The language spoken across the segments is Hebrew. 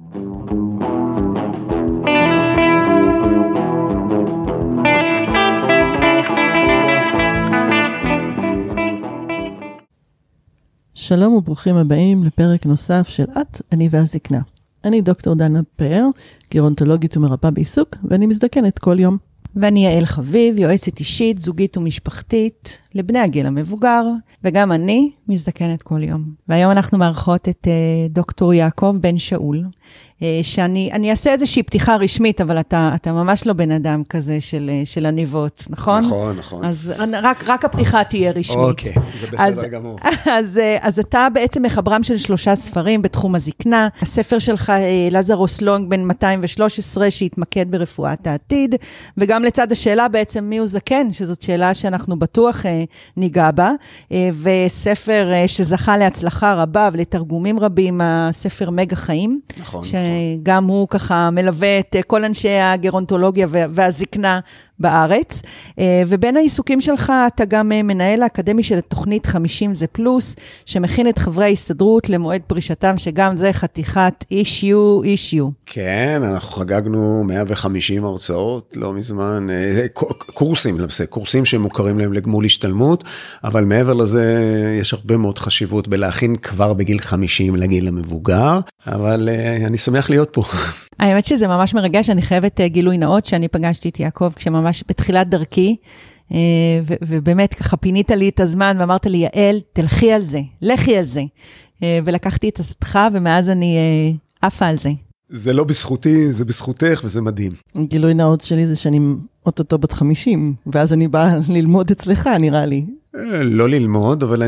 שלום וברוכים הבאים לפרק נוסף של את, אני והזקנה. אני דוקטור דנה פאר, גרונטולוגית ומרפאה בעיסוק, ואני מזדקנת כל יום. ואני יעל חביב, יועצת אישית, זוגית ומשפחתית, לבני הגיל המבוגר, וגם אני מזדקנת כל יום. והיום אנחנו מארחות את דוקטור יעקב בן שאול, שאני אעשה איזושהי פתיחה רשמית, אבל אתה ממש לא בן אדם כזה של הניבות, נכון? נכון. אז רק הפתיחה תהיה רשמית. אוקיי, זה בסדר גמור. אז אתה בעצם מחברם של 3 ספרים בתחום הזקנה. הספר שלך, לזרוס לונג בן 213, שהתמקד ברפואת העתיד, וגם לצד השאלה בעצם מי הוא זקן, שזאת שאלה שאנחנו בטוח ניגע בה, וספר שזכה להצלחה רבה ולתרגומים רבים, הספר מגה חיים. נכון. שגם הוא ככה מלווה את כל אנשי הגרונטולוגיה והזקנה בארץ, ובין העיסוקים שלך אתה גם מנהל האקדמי של התוכנית 50 זה פלוס, שמכין את חברי ההסתדרות למועד פרישתם, שגם זה חתיכת אישיו. כן, אנחנו חגגנו 150 הרצאות, לא מזמן, קורסים שמוכרים להם לגמול השתלמות, אבל מעבר לזה יש הרבה מאוד חשיבות בלהכין כבר בגיל 50 לגיל המבוגר, אבל אני שמח להיות פה. האמת שזה ממש מרגש, אני חייבת גילוי נאות שאני פגשתי את יעקב כשממש בתחילת דרכי, ובאמת ככה פינית לי את הזמן ואמרת לי, יעל, תלכי על זה, לכי על זה. ולקחתי את עצתך ומאז אני עפה על זה. זה לא בזכותי, זה בזכותך וזה מדהים. גילוי נאות שלי זה שאני אוטוטו בת 50, ואז אני באה ללמוד אצלך, נראה לי. לא ללמוד, אבל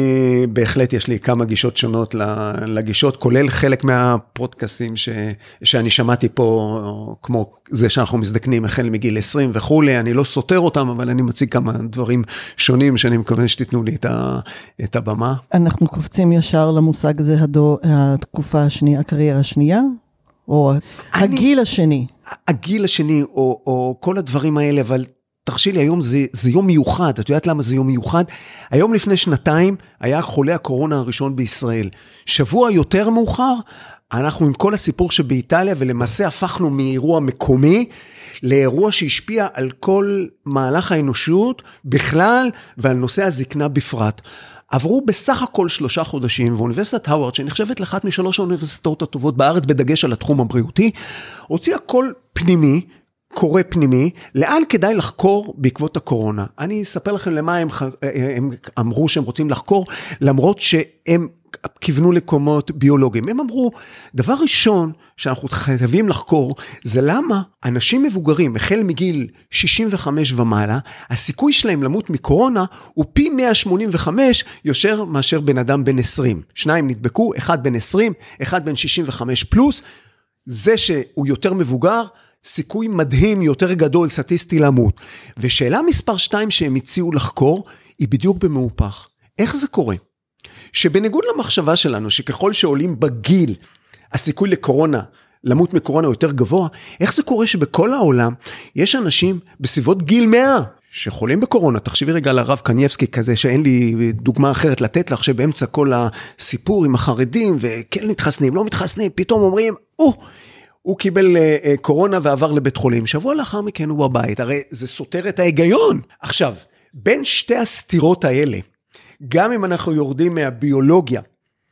בהחלט יש לי כמה גישות שונות לגישות, כולל חלק מהפודקאסטים שאני שמעתי פה, כמו זה שאנחנו מזדקנים החל מגיל 20 וכו', אני לא סותר אותם, אבל אני מציג כמה דברים שונים שאני מקווה שתיתנו לי את הבמה. אנחנו קופצים ישר למושג הזה, התקופה השנייה, הקריירה השנייה, או הגיל השני. הגיל השני, או כל הדברים האלה, אבל תרשי לי, היום זה יום מיוחד, את יודעת למה זה יום מיוחד? היום לפני 2 היה חולה הקורונה הראשון בישראל. שבוע יותר מאוחר, אנחנו עם כל הסיפור שבאיטליה, ולמעשה הפכנו מאירוע מקומי, לאירוע שהשפיע על כל מהלך האנושות בכלל, ועל נושא הזקנה בפרט. עברו בסך הכל 3 חודשים, ואוניברסיטת הווארד, שנחשבת לאחת מ3 האוניברסיטאות הטובות בארץ, בדגש על התחום הבריאותי, הוציאה קול פנימי, קורא פנימי, לאן כדאי לחקור בעקבות הקורונה. אני אספר לכם למה הם אמרו שהם רוצים לחקור, למרות שהם כיוונו לקומות ביולוגיים. הם אמרו, דבר ראשון שאנחנו חייבים לחקור, זה למה אנשים מבוגרים, החל מגיל 65 ומעלה, הסיכוי שלהם למות מקורונה, הוא פי 185 יותר מאשר בן אדם בן 20. 2 נדבקו, 1 בן 20, 1 בן 65 פלוס, זה שהוא יותר מבוגר, סיכוי מדהים יותר גדול סטטיסטי למות. ושאלה מספר 2 שהם הציעו לחקור, היא בדיוק במהופך. איך זה קורה? שבניגוד למחשבה שלנו, שככל שעולים בגיל, הסיכוי לקורונה, למות מקורונה יותר גבוה, איך זה קורה שבכל העולם, יש אנשים בסביבות גיל 100, שחולים בקורונה, תחשבי רגע לרב קנייבסקי כזה, שאין לי דוגמה אחרת לתת לך, שבאמצע כל הסיפור עם החרדים, וכן מתחסנים, לא מתחסנים, פתאום אומרים, הוא קיבל קורונה ועבר לבית חולים, שבוע לאחר מכן הוא בבית, הרי זה סותר את ההיגיון. עכשיו, בין שתי הסתירות האלה, גם אם אנחנו יורדים מהביולוגיה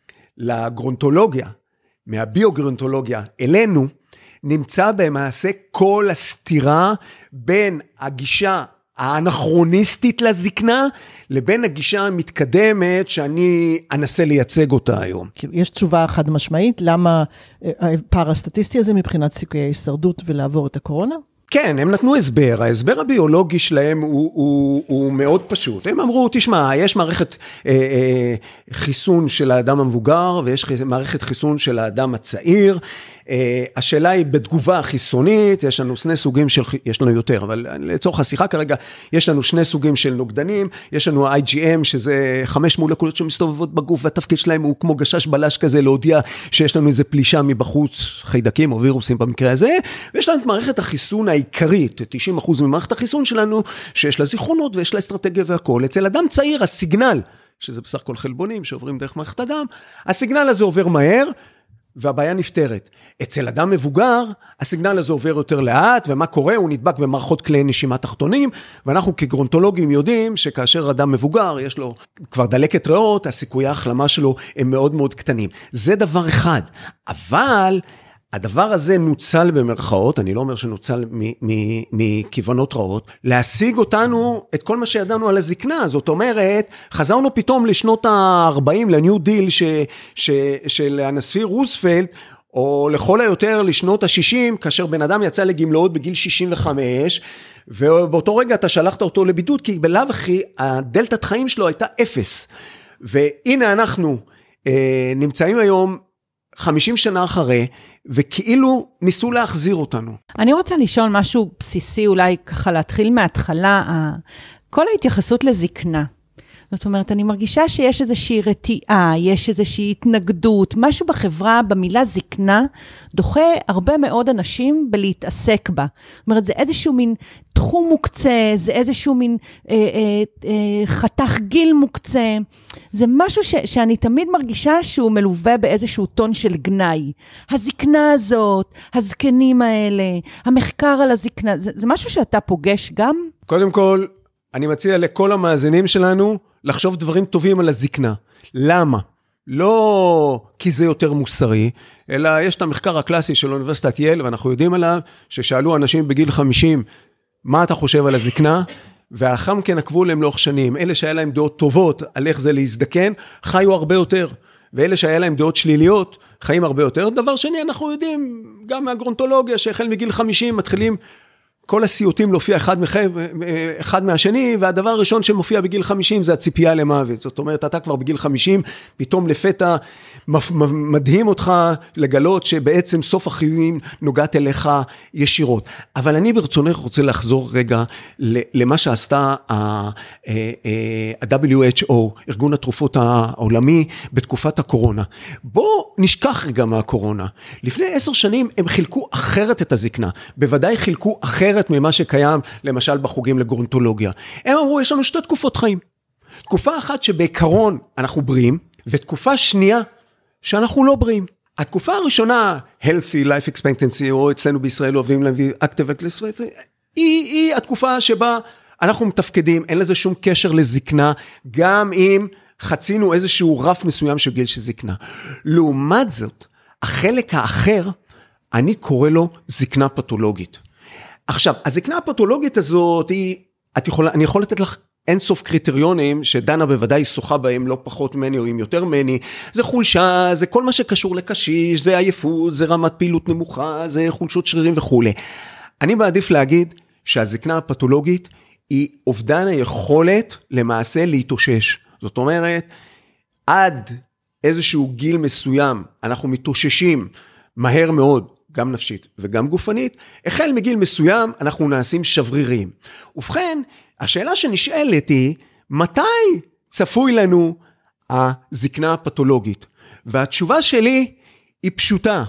לגרונטולוגיה, מהביוגרונטולוגיה אלינו, נמצא במעשה כל הסתירה בין הגישה האנכרוניסטית לזקנה, לבין הגישה המתקדמת שאני אנסה לייצג אותה היום. יש תשובה חד משמעית, למה הפער הסטטיסטי הזה מבחינת סיכויי הישרדות ולעבור את הקורונה? כן, הם נתנו הסבר, ההסבר הביולוגי שלהם הוא מאוד פשוט. הם אמרו, תשמע, יש מערכת חיסון של האדם המבוגר, ויש מערכת חיסון של האדם הצעיר, השאלה היא בתגובה חיסונית, יש לנו 2 סוגים של, יש לנו יותר, אבל לצורך השיחה כרגע, יש לנו 2 סוגים של נוגדנים, יש לנו IgM, שזה 5 מולקולות שמסתובבות בגוף, והתפקיד שלהם הוא כמו גשש בלש כזה, להודיע שיש לנו איזה פלישה מבחוץ, חיידקים או וירוסים במקרה הזה, ויש לנו את מערכת החיסון העיקרית, 90% ממערכת החיסון שלנו, שיש לה זיכרונות ויש לה אסטרטגיה והכל. אצל אדם צעיר, הסיגנל, שזה בסך הכל חלבונים שעוברים דרך מערכת הדם, הסיגנל הזה עובר מהר, והבעיה נפתרת. אצל אדם מבוגר, הסיגנל הזה עובר יותר לאט, ומה קורה? הוא נדבק במערכות כלי נשימה תחתונים, ואנחנו כגרונטולוגים יודעים שכאשר אדם מבוגר, יש לו כבר דלקת ריאות, הסיכויי ההחלמה שלו הם מאוד מאוד קטנים. זה דבר אחד. אבל הדבר הזה נוצל במרכאות, אני לא אומר שנוצל מכיוונות רעות, להשיג אותנו את כל מה שידענו על הזקנה. זאת אומרת, חזרנו פתאום לשנות ה-40, לניו דיל של הנשיא רוזוולט, או לכל היותר לשנות ה-60, כאשר בן אדם יצא לגמלאות בגיל 65, ובאותו רגע אתה שלחת אותו לבידוד, כי בלאו הכי הדלתת חיים שלו הייתה 0. והנה אנחנו נמצאים היום 50 שנה אחרי, וכאילו ניסו להחזיר אותנו. אני רוצה לשאול משהו בסיסי, אולי ככה להתחיל מההתחלה, כל ההתייחסות לזקנה. זאת אומרת, אני מרגישה שיש איזושהי רתיעה, יש איזושהי התנגדות, משהו בחברה, במילה זקנה, דוחה הרבה מאוד אנשים בלהתעסק בה. זאת אומרת, זה איזשהו מין תחום מוקצה, זה איזשהו מין חתך גיל מוקצה, זה משהו שאני תמיד מרגישה שהוא מלווה באיזשהו טון של גנאי. הזקנה הזאת, הזקנים האלה, המחקר על הזקנה, זה משהו שאתה פוגש גם? קודם כל, אני מציע לכל המאזינים שלנו לחשוב דברים טובים על הזקנה. למה? לא כי זה יותר מוסרי, אלא יש את המחקר הקלאסי של אוניברסיטת ייל, ואנחנו יודעים עליו, ששאלו אנשים בגיל 50, מה אתה חושב על הזקנה? ואחר כן עקבו להם לאורך שנים. אלה שהיה להם דעות טובות על איך זה להזדקן, חיו הרבה יותר. ואלה שהיה להם דעות שליליות, חיים הרבה יותר. דבר שני, אנחנו יודעים, גם מהגרונטולוגיה, שהחל מגיל 50 מתחילים כל הסיוטים להופיע אחד מהשני, והדבר הראשון שמופיע בגיל 50 זה הציפייה למוות. זאת אומרת, אתה כבר בגיל 50, פתאום לפתע מדהים אותך לגלות שבעצם סוף החיים נוגעת אליך ישירות. אבל אני ברצונך רוצה לחזור רגע למה שעשתה ה-WHO, ארגון התרופות העולמי, בתקופת הקורונה. בוא נשכח רגע מהקורונה. לפני 10 שנים הם חילקו אחרת את הזקנה. בוודאי חילקו אחרת ממה שקיים, למשל בחוגים לגרונטולוגיה. הם אמרו, יש לנו 2 תקופות חיים. תקופה אחת שבעיקרון אנחנו בריאים, ותקופה שנייה שאנחנו לא בריאים. התקופה הראשונה, healthy life expectancy, או אצלנו בישראל אוהבים להביא active expectancy, היא התקופה שבה אנחנו מתפקדים, אין לזה שום קשר לזקנה, גם אם חצינו איזשהו רף מסוים של גיל של זקנה. לעומת זאת, החלק האחר, אני קורא לו זקנה פתולוגית. עכשיו, הזקנה הפתולוגית הזאת, אני יכול לתת לך אינסוף קריטריונים, שדנה בוודאי שוחה בהם לא פחות מני או עם יותר מני, זה חולשה, זה כל מה שקשור לקשיש, זה עייפות, זה רמת פעילות נמוכה, זה חולשות שרירים וכו'. אני מעדיף להגיד שהזקנה הפתולוגית היא אובדן היכולת למעשה להתאושש. זאת אומרת, עד איזשהו גיל מסוים, אנחנו מתאוששים מהר מאוד, גם נפשית וגם גופנית, החל מגיל מסוים אנחנו נעשים שברירים. ובכן, השאלה שנשאלת היא, מתי צפוי לנו הזקנה הפתולוגית? והתשובה שלי היא פשוטה.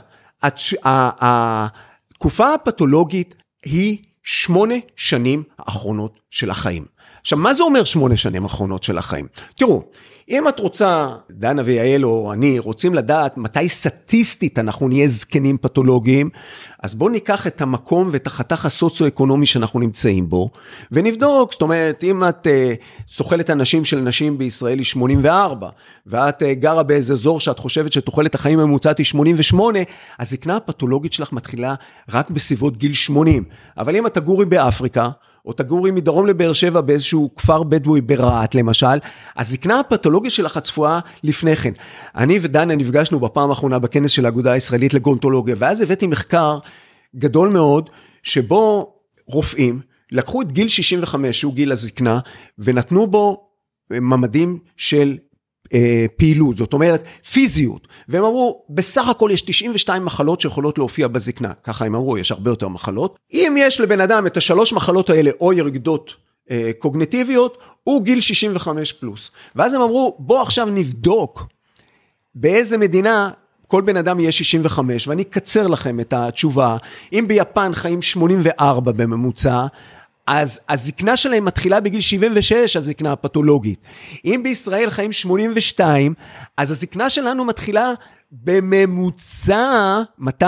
התקופה הפתולוגית היא 8 שנים האחרונות של החיים. עכשיו, מה זה אומר 8 שנים האחרונות של החיים? תראו, אם את רוצה, דנה ויעל או אני, רוצים לדעת מתי סטטיסטית אנחנו נהיה זקנים פתולוגיים, אז בואו ניקח את המקום ואת החתך הסוציו-אקונומי שאנחנו נמצאים בו, ונבדוק, זאת אומרת, אם את סוחלת אנשים של נשים בישראל היא 84, ואת גרה באיזה אזור שאת חושבת שתוחלת החיים הממוצעת היא 88, הזקנה הפתולוגית שלך מתחילה רק בסביבות גיל 80. אבל אם את תגורי באפריקה, או תגורי מדרום לבאר שבע באיזשהו כפר בדואי ברעת למשל, הזקנה הפתולוגית שלך הצפויה לפני כן. אני ודנה נפגשנו בפעם האחרונה בכנס של האגודה הישראלית לגרונטולוגיה, ואז הבאתי מחקר גדול מאוד, שבו רופאים לקחו את גיל 65, שהוא גיל הזקנה, ונתנו בו ממדים של פעילות, זאת אומרת פיזיות, והם אמרו, בסך הכל יש 92 מחלות שיכולות להופיע בזקנה, ככה הם אמרו, יש הרבה יותר מחלות, אם יש לבן אדם את 3 מחלות האלה, או ירידות קוגניטיביות, הוא גיל 65 פלוס, ואז הם אמרו, בוא עכשיו נבדוק, באיזה מדינה כל בן אדם יהיה 65, ואני אקצר לכם את התשובה, אם ביפן חיים 84 בממוצע, אז הזקנה שלהם מתחילה בגיל 76, הזקנה הפתולוגית. אם בישראל חיים 82, אז הזקנה שלנו מתחילה בממוצע, מתי?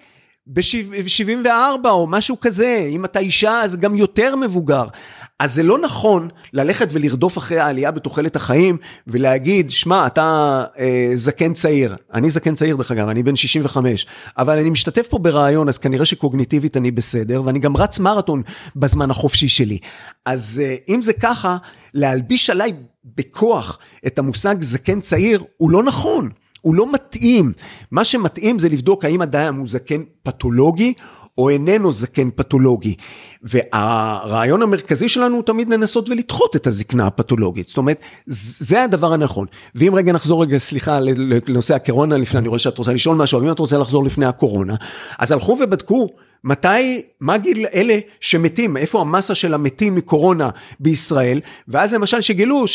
ב-74 או משהו כזה, אם אתה אישה אז גם יותר מבוגר. אז זה לא נכון ללכת ולרדוף אחרי העלייה בתוחלת החיים, ולהגיד, שמע, אתה זקן צעיר. אני זקן צעיר דרך אגב, אני בן 65, אבל אני משתתף פה ברעיון, אז כנראה שקוגניטיבית אני בסדר, ואני גם רץ מרתון בזמן החופשי שלי. אז אם זה ככה, להלביש עליי בכוח את המושג זקן צעיר, הוא לא נכון. הוא לא מתאים. מה שמתאים זה לבדוק האם אדם הוא זקן פתולוגי, או איננו זקן פתולוגי. והרעיון המרכזי שלנו הוא תמיד לנסות ולדחות את הזקנה הפתולוגית. זאת אומרת, זה הדבר הנכון. ואם רגע נחזור סליחה, לנושא הקורונה לפני, אני רואה שאת רוצה לשאול משהו, אבל אם את רוצה לחזור לפני הקורונה, אז הלכו ובדקו, מה גיל אלה שמתים, איפה המסה של המתים מקורונה בישראל, ואז למשל שגילו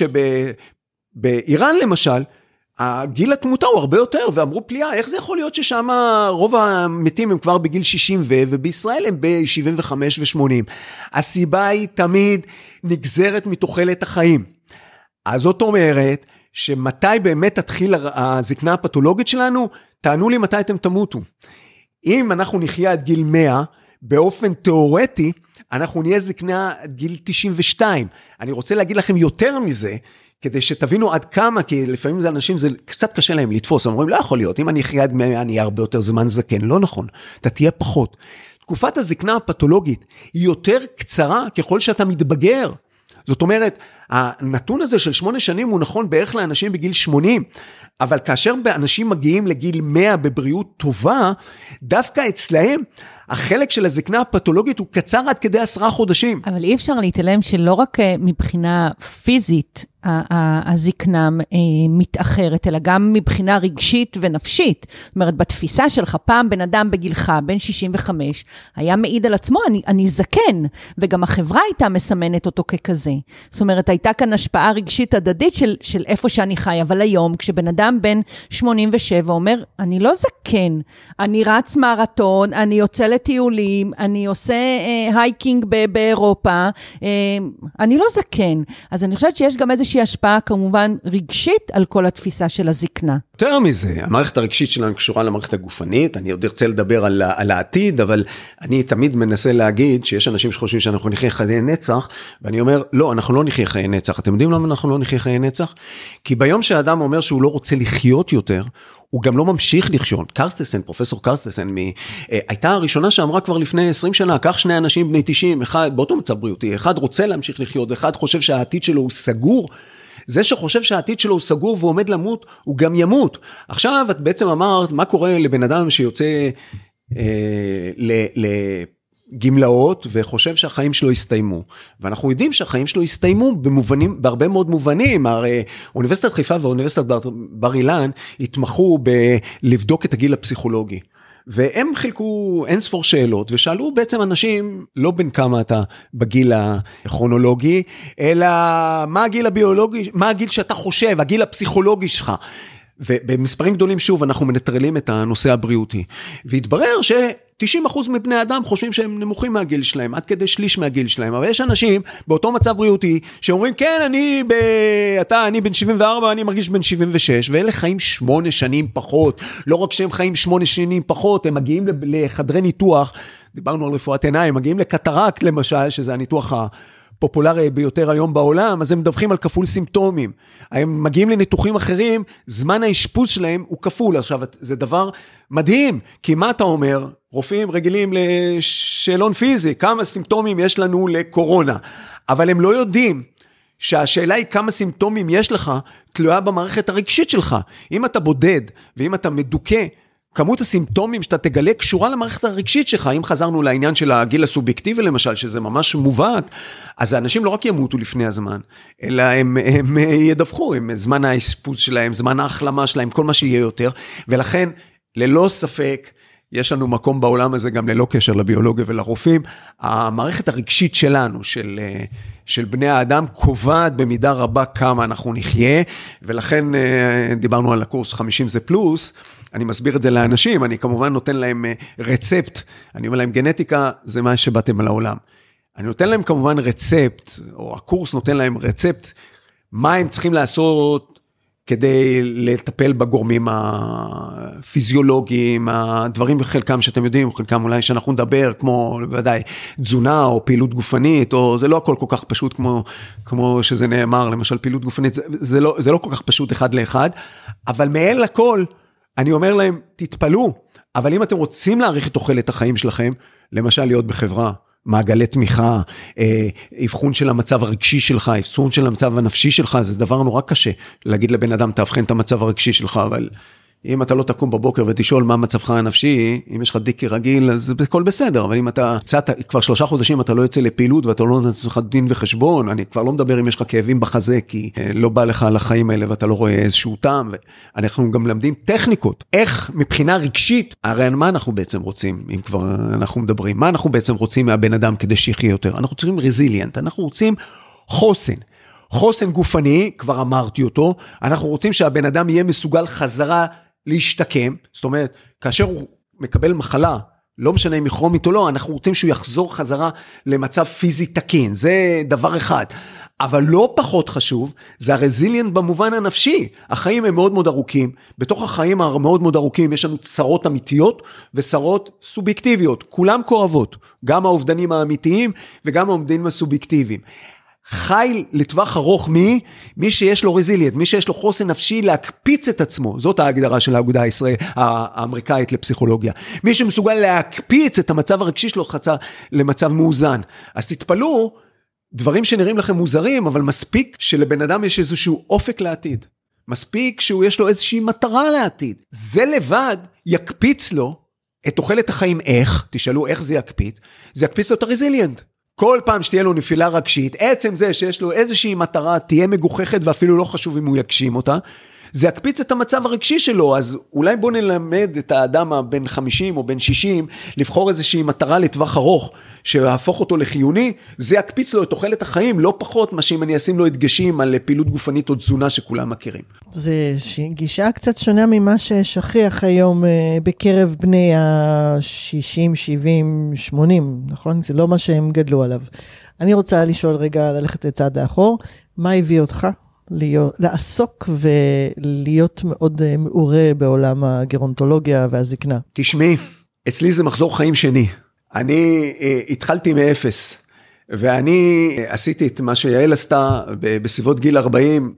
שבאיראן למשל, הגיל התמותה הוא הרבה יותר, ואמרו פליאה, איך זה יכול להיות ששם רוב המתים הם כבר בגיל 60 ובישראל הם ב-75 ו-80. הסיבה היא תמיד נגזרת מתוחלת החיים. אז זאת אומרת, שמתי באמת תתחיל הזקנה הפתולוגית שלנו, תענו לי מתי אתם תמותו. אם אנחנו נחיה עד גיל 100, באופן תיאורטי, אנחנו נהיה זקנה עד גיל 92. אני רוצה להגיד לכם יותר מזה, כדי שתבינו עד כמה, כי לפעמים זה אנשים, זה קצת קשה להם לתפוס, אומרים, לא יכול להיות, אם אני אחיה עד 100, אני אהיה הרבה יותר זמן זקן, לא נכון, אתה תהיה פחות. תקופת הזקנה הפתולוגית היא יותר קצרה ככל שאתה מתבגר. זאת אומרת, הנתון הזה של 8 שנים הוא נכון בערך לאנשים בגיל 80, אבל כאשר אנשים מגיעים לגיל 100 בבריאות טובה, דווקא אצלהם, החלק של הזקנה הפתולוגית הוא קצר עד כדי 10 חודשים. אבל אי אפשר להתעלם שלא רק מבחינה פיזית, הזקנה מתאחרת, אלא גם מבחינה רגשית ונפשית. זאת אומרת, בתפיסה שלך, פעם בן אדם בגילך, בן 65, היה מעיד על עצמו, אני זקן, וגם החברה הייתה מסמנת אותו ככזה. זאת אומרת, הייתה כאן השפעה רגשית הדדית של איפה שאני חי, אבל היום, כשבן אדם בן 87 אומר, אני לא זקן, אני רץ מרתון, אני יוצא לטיולים, אני עושה הייקינג באירופה, אני לא זקן. אז אני חושבת שיש גם איזושהי השפעה כמובן רגשית על כל התפיסה של הזקנה. יותר מזה, המערכת הרגשית שלנו קשורה למערכת הגופנית, אני עוד ארצה לדבר על העתיד, אבל אני תמיד מנסה להגיד שיש אנשים שחושבים שאנחנו נחיה חיי נצח, ואני אומר, לא, אנחנו לא נחיה חיי נצח. אתם יודעים למה אנחנו לא נחיה חיי נצח? כי ביום שהאדם אומר שהוא לא רוצה לחיות יותר, הוא גם לא ממשיך לחיות. קרסטסן, פרופסור קרסטסן, הייתה הראשונה שאמרה כבר לפני 20 שנה, כך 2 אנשים בני 90, אחד באותו מצב בריאותי, אחד רוצה להמשיך לחיות, אחד חושב שהעתיד שלו הוא סגור, זה שחושב שהעתיד שלו הוא סגור ועומד למות, הוא גם ימות. עכשיו את בעצם אמרת, מה קורה לבן אדם שיוצא לגמלאות וחושב שהחיים שלו הסתיימו. ואנחנו יודעים שהחיים שלו הסתיימו בהרבה מאוד מובנים. הרי אוניברסיטת חיפה ואוניברסיטת בר אילן התמחו בלבדוק את הגיל הפסיכולוגי. והם חילקו אין ספור שאלות, ושאלו בעצם אנשים, לא בין כמה אתה בגיל הכרונולוגי, אלא מה הגיל הביולוגי, מה הגיל שאתה חושב, הגיל הפסיכולוגי שלך. ובמספרים גדולים שוב, אנחנו מנטרלים את הנושא הבריאותי. והתברר ש90% מבני אדם חושבים שהם נמוכים מהגיל שלהם, עד כדי שליש מהגיל שלהם. אבל יש אנשים באותו מצב בריאותי, שאומרים, כן, אני בן 74, אני מרגיש בן 76, ואלה חיים 8 שנים פחות. לא רק שהם חיים 8 שנים פחות, הם מגיעים לחדרי ניתוח, דיברנו על רפואת עיניים, מגיעים לקטרקט למשל, שזה הניתוח פופולרי ביותר היום בעולם, אז הם מדווחים על כפול סימפטומים. הם מגיעים לניתוחים אחרים, זמן האשפוז שלהם הוא כפול. עכשיו, זה דבר מדהים, כי מה אתה אומר? רופאים רגילים לשאלון פיזי, כמה סימפטומים יש לנו לקורונה, אבל הם לא יודעים שהשאלה היא כמה סימפטומים יש לך, תלויה במערכת הרגשית שלך. אם אתה בודד, ואם אתה מדוכא, כמות הסימפטומים שאתה תגלה קשורה למערכת הרגשית שלך. אם חזרנו לעניין של הגיל הסובייקטיבי למשל, שזה ממש מובהק, אז האנשים לא רק ימותו לפני הזמן, אלא הם ידווחו, הם זמן האשפוז שלהם, זמן ההחלמה שלהם, כל מה שיהיה יותר, ולכן ללא ספק, יש לנו מקום בעולם הזה גם ללא קשר לביולוגיה ולרופאים. המערכת הרגשית שלנו, של בני האדם, קובעת במידה רבה כמה אנחנו נחיה, ולכן דיברנו על הקורס 50 זה פלוס, אני מסביר את זה לאנשים, אני כמובן נותן להם רצפט, אני אומר להם גנטיקה זה מה שבאתם על העולם. אני נותן להם כמובן רצפט, או הקורס נותן להם רצפט, מה הם צריכים לעשות כדי לטפל בגורמים הפיזיולוגיים, הדברים חלקם שאתם יודעים, חלקם אולי שאנחנו נדבר, כמו בוודאי תזונה או פעילות גופנית, או זה לא הכל כל כך פשוט כמו שזה נאמר, למשל פעילות גופנית, זה לא כל כך פשוט אחד לאחד, אבל מעל לכל, אני אומר להם, תתפלו, אבל אם אתם רוצים להאריך את תוחלת החיים שלכם, למשל להיות בחברה, מעגלי תמיכה, אבחון של המצב הרגשי שלך, אבחון של המצב הנפשי שלך, זה דבר נורא קשה, להגיד לבן אדם, תאבחן את המצב הרגשי שלך, אבל אם אתה לא תקום בבוקר ותשאול מה מצבך הנפשי, אם יש לך דיקי רגיל, אז זה הכל בסדר, אבל אם אתה כבר 3 חודשים, אתה לא יוצא לפעילות, ואתה לא נותן לך דין וחשבון, אני כבר לא מדבר אם יש לך כאבים בחזה, כי לא בא לך על החיים האלה, ואתה לא רואה איזשהו טעם, ואנחנו גם למדים טכניקות, איך מבחינה רגשית, הרי מה אנחנו בעצם רוצים, אם כבר אנחנו מדברים, מה אנחנו בעצם רוצים מהבן אדם כדי שיחיה יותר? אנחנו צריכים רזיליאנט, אנחנו רוצים חוסן גופני, כבר אמרתי אותו, אנחנו רוצים שהבן אדם יהיה מסוגל חזרה להשתקם, זאת אומרת, כאשר הוא מקבל מחלה, לא משנה אם היא כרונית או לא, אנחנו רוצים שהוא יחזור חזרה למצב פיזי תקין, זה דבר אחד. אבל לא פחות חשוב, זה הרזיליאנט במובן הנפשי. החיים הם מאוד מאוד ארוכים, בתוך החיים המאוד מאוד ארוכים יש לנו צרות אמיתיות וצרות סובייקטיביות, כולם כואבות, גם האובדנים האמיתיים וגם האובדנים הסובייקטיביים. חי לטווח ארוך מי שיש לו רזיליאנט, מי שיש לו חוסן נפשי להקפיץ את עצמו, זאת ההגדרה של האגודה האמריקאית לפסיכולוגיה, מי שמסוגל להקפיץ את המצב הרגשי שלו למצב מאוזן. אז תתפלו, דברים שנראים לכם מוזרים, אבל מספיק שלבן אדם יש איזשהו אופק לעתיד, מספיק שהוא יש לו איזושהי מטרה לעתיד, זה לבד יקפיץ לו את תוחלת החיים. איך? תשאלו איך זה יקפיץ? זה יקפיץ לו את הרזיליאנט. כל פעם שתהיה לו נפילה רגשית, עצם זה שיש לו איזושהי מטרה, תהיה מגוחכת ואפילו לא חשוב אם הוא יגשים אותה, זה יקפיץ את המצב הרגשי שלו, אז אולי בוא נלמד את האדם הבן 50 או בן 60, לבחור איזושהי מטרה לטווח ארוך, שיהפוך אותו לחיוני, זה יקפיץ לו את תוחלת החיים, לא פחות מה שאם אני אשים לו הדגשים על פעילות גופנית או תזונה שכולם מכירים. זה גישה קצת שונה ממה ששכיח היום בקרב בני ה-60, 70, 80, נכון? זה לא מה שהם גדלו עליו. אני רוצה לשאול רגע, ללכת לצד לאחור, מה הביא אותך? לעסוק ולהיות מאוד מעורה בעולם הגרונטולוגיה והזקנה. תשמעי, אצלי זה מחזור חיים שני. אני התחלתי מאפס, ואני עשיתי את מה שיעל עשתה בסביבות גיל 40,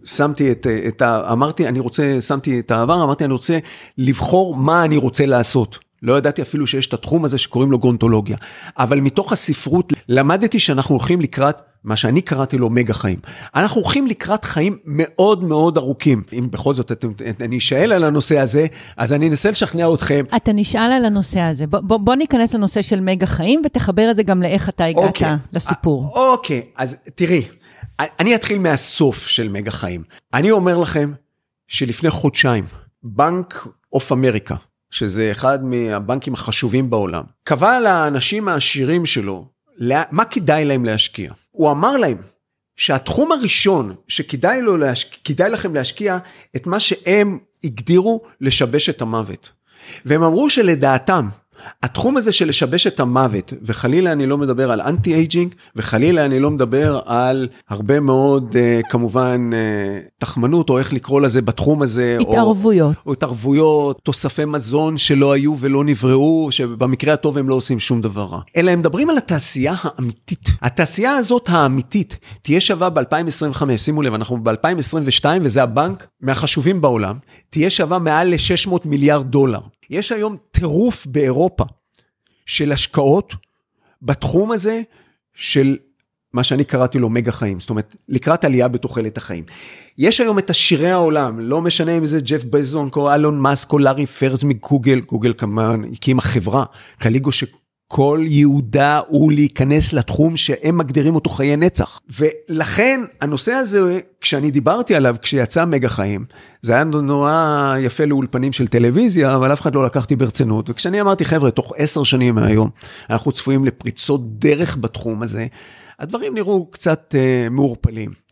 אמרתי את העבר, אמרתי אני רוצה לבחור מה אני רוצה לעשות. לא ידעתי אפילו שיש את התחום הזה שקוראים לו גרונטולוגיה, אבל מתוך הספרות למדתי שאנחנו הולכים לקראת מה שאני קראתי לו מגה חיים. אנחנו הולכים לקראת חיים מאוד מאוד ארוכים. אם בכל זאת אני אשאל על הנושא הזה, אז אני אנסה לשכנע אתכם. אתה נשאל על הנושא הזה. בוא ניכנס לנושא של מגה חיים, ותחבר את זה גם לאיך אתה הגעת לסיפור. אוקיי, אז תראי, אני אתחיל מהסוף של מגה חיים. אני אומר לכם שלפני חודשיים, בנק אוף אמריקה, שזה אחד מהבנקים החשובים בעולם, קבע לאנשים העשירים שלו, מה כדאי להם להשקיע? הוא אמר להם שהתחום הראשון שכדאי לכם להשקיע את מה שהם הגדירו לשבש את המוות. והם אמרו שלדעתם, התחום הזה של לשבש את המוות, וחלילה אני לא מדבר על אנטי-אייג'ינג, וחלילה אני לא מדבר על הרבה מאוד, כמובן, תחמנות, או איך לקרוא לזה בתחום הזה. התערבויות. או התערבויות, תוספי מזון שלא היו ולא נבראו, שבמקרה הטוב הם לא עושים שום דבר רע. אלא הם מדברים על התעשייה האמיתית. התעשייה הזאת האמיתית, תהיה שווה ב-2025, שימו לב, אנחנו ב-2022, וזה הבנק מהחשובים בעולם, תהיה שווה מעל ל$600 מיליארד. יש היום טירוף באירופה של השקעות בתחום הזה של מה שאני קראתי לו מגה חיים, זאת אומרת, לקראת עלייה בתוחלת החיים. יש היום את עשירי העולם, לא משנה אם זה ג'ף בזון, או אלון מאסק, או לארי פרז מגוגל, גוגל כמובן הקים החברה, קליגו כל יהודה הוא להיכנס לתחום שהם מגדירים אותו חיי נצח. ולכן הנושא הזה, כשאני דיברתי עליו, כשיצא מגה חיים, זה היה נורא יפה לאולפנים של טלוויזיה, אבל אף אחד לא לקחתי ברצינות. וכשאני אמרתי, חבר'ה, תוך 10 שנים מהיום, אנחנו צפויים לפריצות דרך בתחום הזה, הדברים נראו קצת מעורפלים.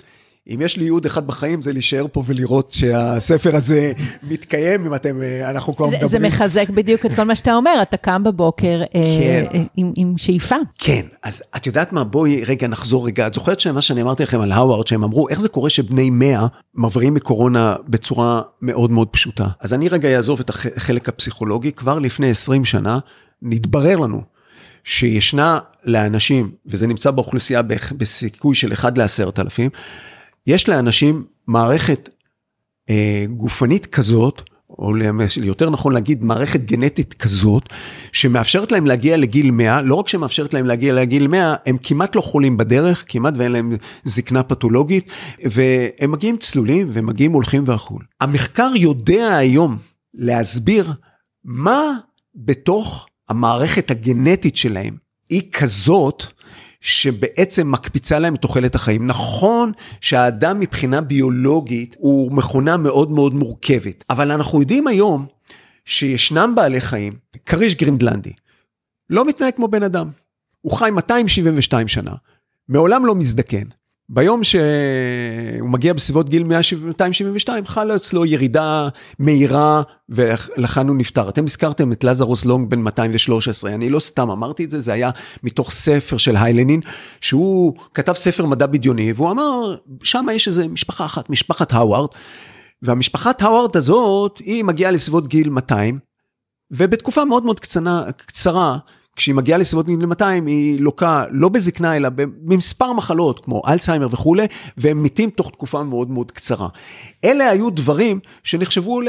אם יש לי ייעוד אחד בחיים, זה להישאר פה ולראות שהספר הזה מתקיים, אם אנחנו כבר מדברים. זה מחזק בדיוק את כל מה שאתה אומר, אתה קם בבוקר עם שאיפה. כן, אז את יודעת מה, בואי רגע נחזור רגע, את זוכרת שמה שאני אמרתי לכם על האווארד, שהם אמרו, איך זה קורה שבני 100 מעברים מקורונה בצורה מאוד מאוד פשוטה. אז אני רגע אעזוב את החלק הפסיכולוגי, כבר לפני 20 שנה, נתברר לנו, שישנה לאנשים, וזה נמצא באוכלוסייה בסיכוי של 1 ל10,000, יש לאנשים מערכת גופנית כזאת, או יותר נכון להגיד מערכת גנטית כזאת, שמאפשרת להם להגיע לגיל 100, לא רק שמאפשרת להם להגיע לגיל 100, הם כמעט לא חולים בדרך, כמעט ואין להם זקנה פתולוגית, והם מגיעים צלולים, ומגיעים הולכים והחול. המחקר יודע היום להסביר מה בתוך המערכת הגנטית שלהם היא כזאת שבעצם מקפיצה להם תוחלת החיים. נכון שהאדם מבחינה ביולוגית הוא מכונה מאוד מאוד מורכבת, אבל אנחנו יודעים היום שישנם בעלי חיים, קריש גרינדלנדי, לא מתנהג כמו בן אדם. הוא חי 272 שנה, מעולם לא מזדקן. ביום שהוא מגיע בסביבות גיל 272, חלה אצלו ירידה מהירה, ולכן הוא נפטר. אתם הזכרתם את לזרוס לונג בן 213, אני לא סתם אמרתי את זה, זה היה מתוך ספר של היילנין, שהוא כתב ספר מדע בדיוני, והוא אמר, שם יש איזו משפחה אחת, משפחת האווארד, והמשפחת האווארד הזאת, היא מגיעה לסביבות גיל 200, ובתקופה מאוד מאוד קצרה, כשהיא מגיעה לסביבות גיל 200, היא לוקה לא בזקנה, אלא במספר מחלות, כמו אלצהיימר וכו', והם מתים תוך תקופה מאוד מאוד קצרה. אלה היו דברים שנחשבו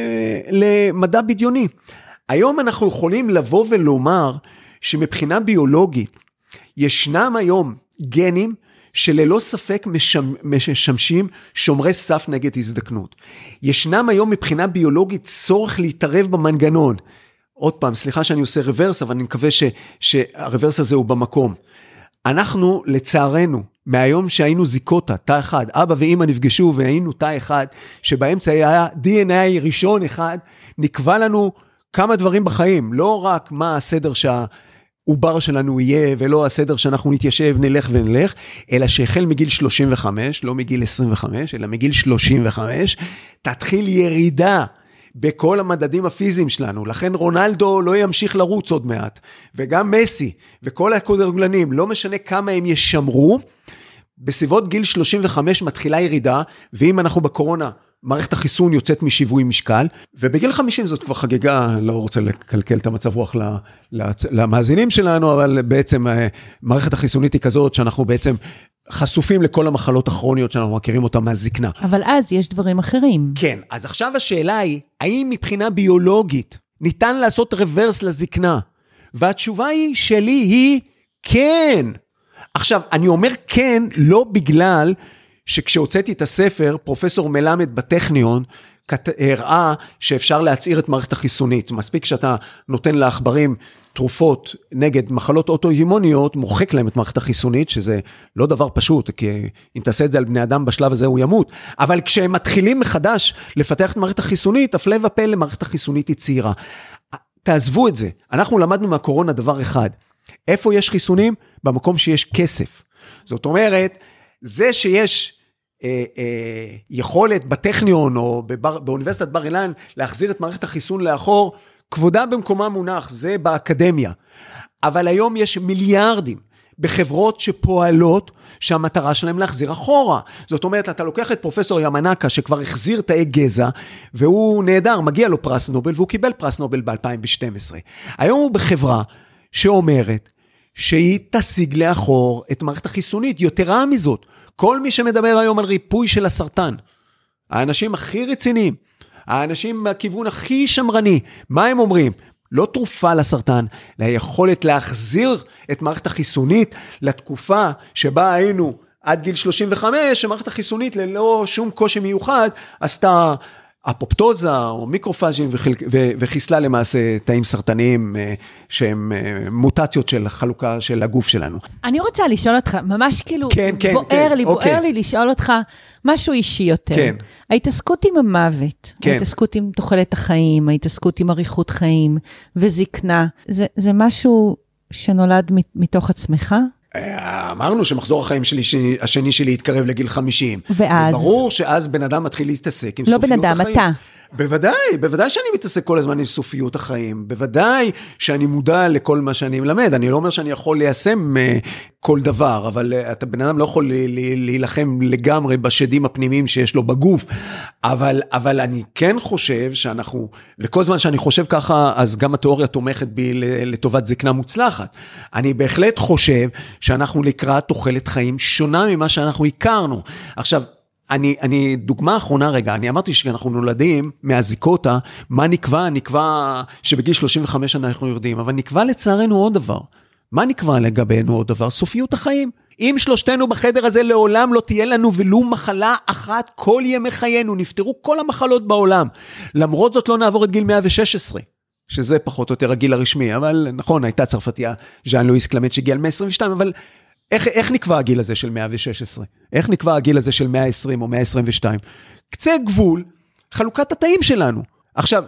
למדע בדיוני. היום אנחנו יכולים לבוא ולומר, שמבחינה ביולוגית, ישנם היום גנים, שללא ספק משמשים שומרי סף נגד הזדקנות. ישנם היום מבחינה ביולוגית צורך להתערב במנגנון, עוד פעם, סליחה שאני עושה רוורס, אבל אני מקווה שהרוורס הזה הוא במקום. אנחנו, לצערנו, מהיום שהיינו זיקוטה, תא אחד, אבא ואמא נפגשו והיינו תא אחד, שבאמצע היה DNA ראשון אחד, נקבע לנו כמה דברים בחיים, לא רק מה הסדר שהעובר שלנו יהיה, ולא הסדר שאנחנו נתיישב, נלך ונלך, אלא שהחל מגיל 35, לא מגיל 25, אלא מגיל 35, תתחיל ירידה, בכל המדדים הפיזיים שלנו, לכן רונלדו לא ימשיך לרוץ עוד מעט, וגם מסי, וכל הכדורגלנים, לא משנה כמה הם ישמרו, בסביבות גיל 35 מתחילה ירידה, ואם אנחנו בקורונה, מערכת החיסון יוצאת משיווי משקל, ובגיל 50 זאת כבר חגיגה, לא רוצה לקלקל את המצב רוח למאזינים שלנו, אבל בעצם מערכת החיסונית היא כזאת, שאנחנו בעצם חשופים לכל המחלות הכרוניות שאנחנו מכירים אותן מהזקנה. אבל אז יש דברים אחרים. כן, אז עכשיו השאלה היא, האם מבחינה ביולוגית ניתן לעשות רוורס לזקנה? והתשובה שלי היא כן. עכשיו, אני אומר כן, לא בגלל שכשהוצאתי את הספר, פרופסור מלמד בטכניון, הראה שאפשר להצעיר את מערכת החיסונית. מספיק שאתה נותן לעכברים תרופות נגד מחלות אוטואימוניות, מוחק להם את מערכת החיסונית, שזה לא דבר פשוט, כי אם תעשה את זה על בני אדם בשלב הזה הוא ימות. אבל כשהם מתחילים מחדש לפתח את מערכת החיסונית, הפלא ופלא מערכת החיסונית היא צעירה. תעזבו את זה. אנחנו למדנו מהקורונה דבר אחד. איפה יש חיסונים? במקום שיש כסף. זאת אומרת, זה שיש יכולת בטכניון או באוניברסיטת בר אילן להחזיר את מערכת החיסון לאחור, כבודה במקומה מונח, זה באקדמיה. אבל היום יש מיליארדים בחברות שפועלות שהמטרה שלהם להחזיר אחורה. זאת אומרת, אתה לוקח את פרופסור ימנקה שכבר החזיר תאי גזע, והוא נהדר, מגיע לו פרס נובל, והוא קיבל פרס נובל ב-2012. היום הוא בחברה שאומרת שהיא תשיג לאחור את מערכת החיסונית. יתרה מזאת, כל מי שמדבר היום על ריפוי של הסרטן, האנשים הכי רציניים, האנשים מהכיוון הכי שמרני, מה הם אומרים? לא תרופה לסרטן, אלא יכולת להחזיר את מערכת החיסונית לתקופה שבה היינו עד גיל 35, שמערכת החיסונית ללא שום קושי מיוחד, עשתה אפופטוזה או מיקרופאז'ים וחיסלה למעשה תאים סרטניים שהם מוטציות של חלוקה של הגוף שלנו. אני רוצה לשאול אותך, ממש כאילו בוער לי לשאול אותך משהו אישי יותר. כן. ההתעסקות עם המוות, כן. ההתעסקות עם תוחלת החיים, ההתעסקות עם אריכות חיים וזקנה, זה משהו שנולד מתוך עצמך? אמרנו שמחזור החיים השני שלי יתקרב לגיל 50. ואז? ברור שאז בן אדם מתחיל להתעסק עם סופיות החיים. לא בן אדם, אתה. בוודאי שאני מתעסק כל הזמן עם סופיות החיים, בוודאי שאני מודע לכל מה שאני מלמד, אני לא אומר שאני יכול ליישם כל דבר, אבל אתה בן אדם לא יכול להילחם לגמרי בשדים הפנימיים שיש לו בגוף, אבל אני כן חושב שאנחנו, וכל זמן שאני חושב ככה, אז גם התיאוריה תומכת בי לטובת זקנה מוצלחת. אני בהחלט חושב שאנחנו לקראת תוחלת חיים שונה ממה שאנחנו הכרנו. עכשיו, אני דוגמה אחרונה רגע, אני אמרתי שאנחנו נולדים מהזיקוטה, מה נקבע? נקבע שבגיל 35 אנחנו יורדים, אבל נקבע לצערנו עוד דבר. מה נקבע לגבינו עוד דבר? סופיות החיים. אם שלושתנו בחדר הזה לעולם לא תהיה לנו ולו מחלה אחת, כל ימי חיינו, נפטרו כל המחלות בעולם. למרות זאת לא נעבור את גיל 116, שזה פחות או יותר הגיל הרשמי, אבל נכון, הייתה צרפתיה, ז'אן לואיס קלמנט שהגיע על 122, אבל איך נקבע הגיל הזה של 116? איך נקבע הגיל הזה של 120 או 122? קצה גבול, חלוקת התאים שלנו. עכשיו,